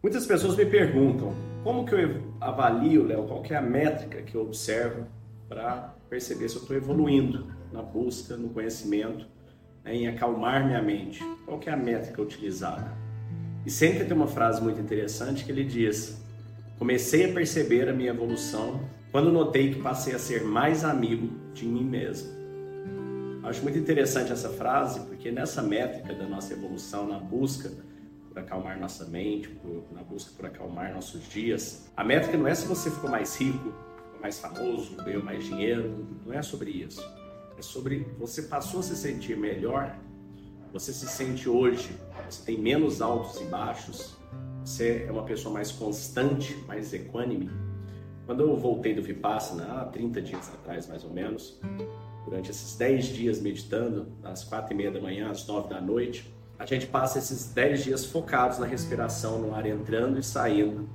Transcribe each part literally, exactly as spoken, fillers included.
Muitas pessoas me perguntam como que eu avalio, Léo, qual que é a métrica que eu observo para perceber se eu estou evoluindo na busca, no conhecimento, né, em acalmar minha mente. Qual que é a métrica utilizada? E sempre tem uma frase muito interessante que ele diz: comecei a perceber a minha evolução quando notei que passei a ser mais amigo de mim mesmo. Acho muito interessante essa frase, porque nessa métrica da nossa evolução, na busca por acalmar nossa mente, por, na busca por acalmar nossos dias, a métrica não é se você ficou mais rico, ficou mais famoso, ganhou mais dinheiro, não é sobre isso. É sobre você passou a se sentir melhor, você se sente hoje, você tem menos altos e baixos, você é uma pessoa mais constante, mais equânime. Quando eu voltei do Vipassana, há trinta dias atrás mais ou menos, durante esses dez dias meditando, das quatro e meia da manhã às nove da noite, a gente passa esses dez dias focados na respiração, no ar entrando e saindo,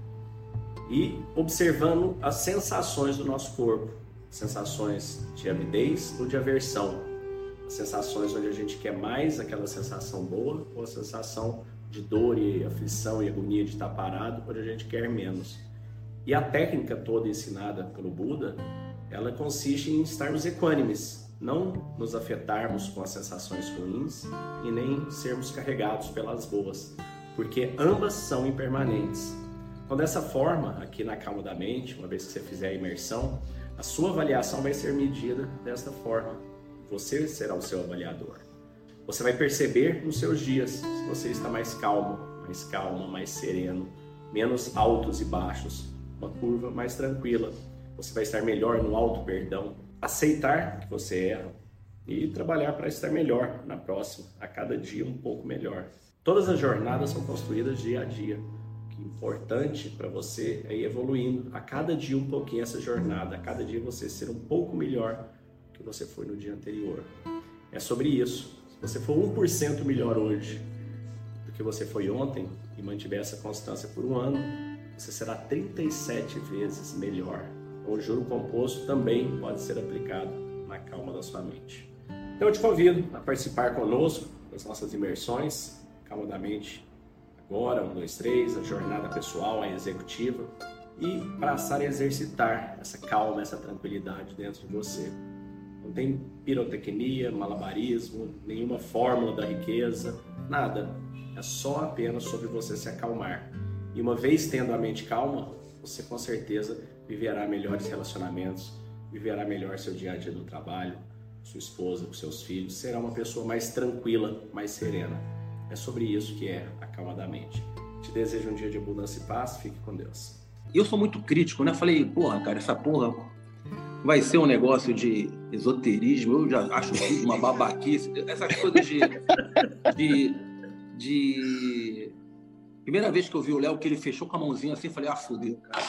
e observando as sensações do nosso corpo, sensações de avidez ou de aversão, as sensações onde a gente quer mais aquela sensação boa, ou a sensação de dor e aflição e agonia de estar parado, onde a gente quer menos. E a técnica toda ensinada pelo Buda, ela consiste em estarmos equânimes, não nos afetarmos com as sensações ruins e nem sermos carregados pelas boas, porque ambas são impermanentes. Então, dessa forma, aqui na calma da mente, uma vez que você fizer a imersão, a sua avaliação vai ser medida desta forma. Você será o seu avaliador. Você vai perceber nos seus dias se você está mais calmo, mais calma, mais sereno, menos altos e baixos, uma curva mais tranquila. Você vai estar melhor no auto-perdão, aceitar que você erra e trabalhar para estar melhor na próxima, a cada dia um pouco melhor. Todas as jornadas são construídas dia a dia. O que é importante para você é ir evoluindo a cada dia um pouquinho essa jornada, a cada dia você ser um pouco melhor do que você foi no dia anterior. É sobre isso. Se você for um por cento melhor hoje do que você foi ontem e mantiver essa constância por um ano, você será trinta e sete vezes melhor. O juro composto também pode ser aplicado na calma da sua mente. Então eu te convido a participar conosco das nossas imersões, Calma da Mente agora, um, dois, três, a jornada pessoal, a executiva, e passar a exercitar essa calma, essa tranquilidade dentro de você. Não tem pirotecnia, malabarismo, nenhuma fórmula da riqueza, nada. É só apenas sobre você se acalmar. E uma vez tendo a mente calma, você com certeza viverá melhores relacionamentos, viverá melhor seu dia a dia do trabalho, sua esposa, com seus filhos, será uma pessoa mais tranquila, mais serena. É sobre isso que é a calma da mente. Te desejo um dia de abundância e paz, fique com Deus. Eu sou muito crítico, né? Falei, porra, cara, essa porra vai ser um negócio de esoterismo, eu já acho tudo uma babaquice, essas coisas de... de, de... Primeira vez que eu vi o Léo, que ele fechou com a mãozinha assim, falei, ah, fudeu, cara.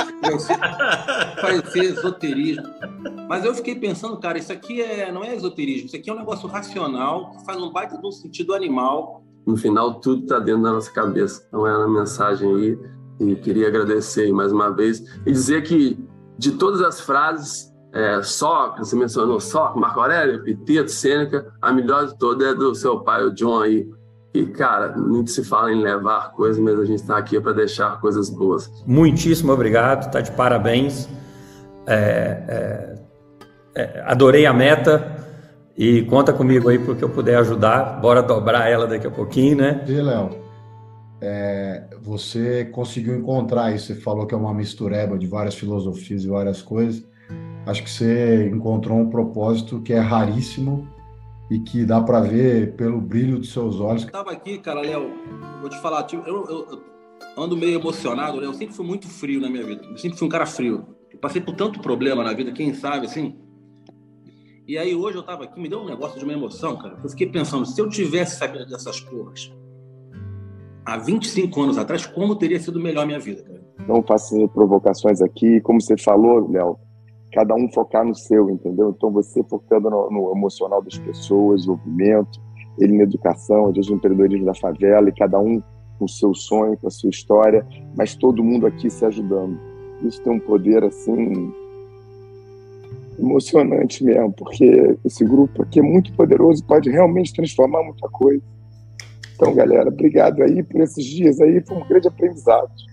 Vai ser esoterismo. Mas eu fiquei pensando, cara, isso aqui é, não é esoterismo, isso aqui é um negócio racional, que faz um baita de um sentido animal. No final, tudo está dentro da nossa cabeça. Então, é uma mensagem aí. E queria agradecer mais uma vez. E dizer que, de todas as frases, é, só, você mencionou só, Marco Aurélio, Epiteto, Sêneca, a melhor de todas é do seu pai, o John aí. E, cara, muito se fala em levar coisas, mas a gente está aqui para deixar coisas boas. Muitíssimo obrigado, tá de parabéns. É, é, é, adorei a meta e conta comigo aí porque eu puder ajudar. Bora dobrar ela daqui a pouquinho, né? E, Léo, é, você conseguiu encontrar isso. Você falou que é uma mistureba de várias filosofias e várias coisas. Acho que você encontrou um propósito que é raríssimo e que dá para ver pelo brilho dos seus olhos. Eu tava aqui, cara, Léo, vou te falar, tipo, eu, eu, eu ando meio emocionado, né? Eu sempre fui muito frio na minha vida, eu sempre fui um cara frio. Eu passei por tanto problema na vida, quem sabe, assim. E aí hoje eu tava aqui, me deu um negócio de uma emoção, cara. Eu fiquei pensando, se eu tivesse sabido dessas porras há vinte e cinco anos atrás, como teria sido melhor a minha vida, cara? Não faço provocações aqui, como você falou, Léo, cada um focar no seu, entendeu? Então você focando no, no emocional das pessoas, desenvolvimento, ele na educação, às vezes no empreendedorismo da favela, e cada um com o seu sonho, com a sua história, mas todo mundo aqui se ajudando. Isso tem um poder, assim, emocionante mesmo, porque esse grupo aqui é muito poderoso, pode realmente transformar muita coisa. Então, galera, obrigado aí por esses dias aí, foi um grande aprendizado.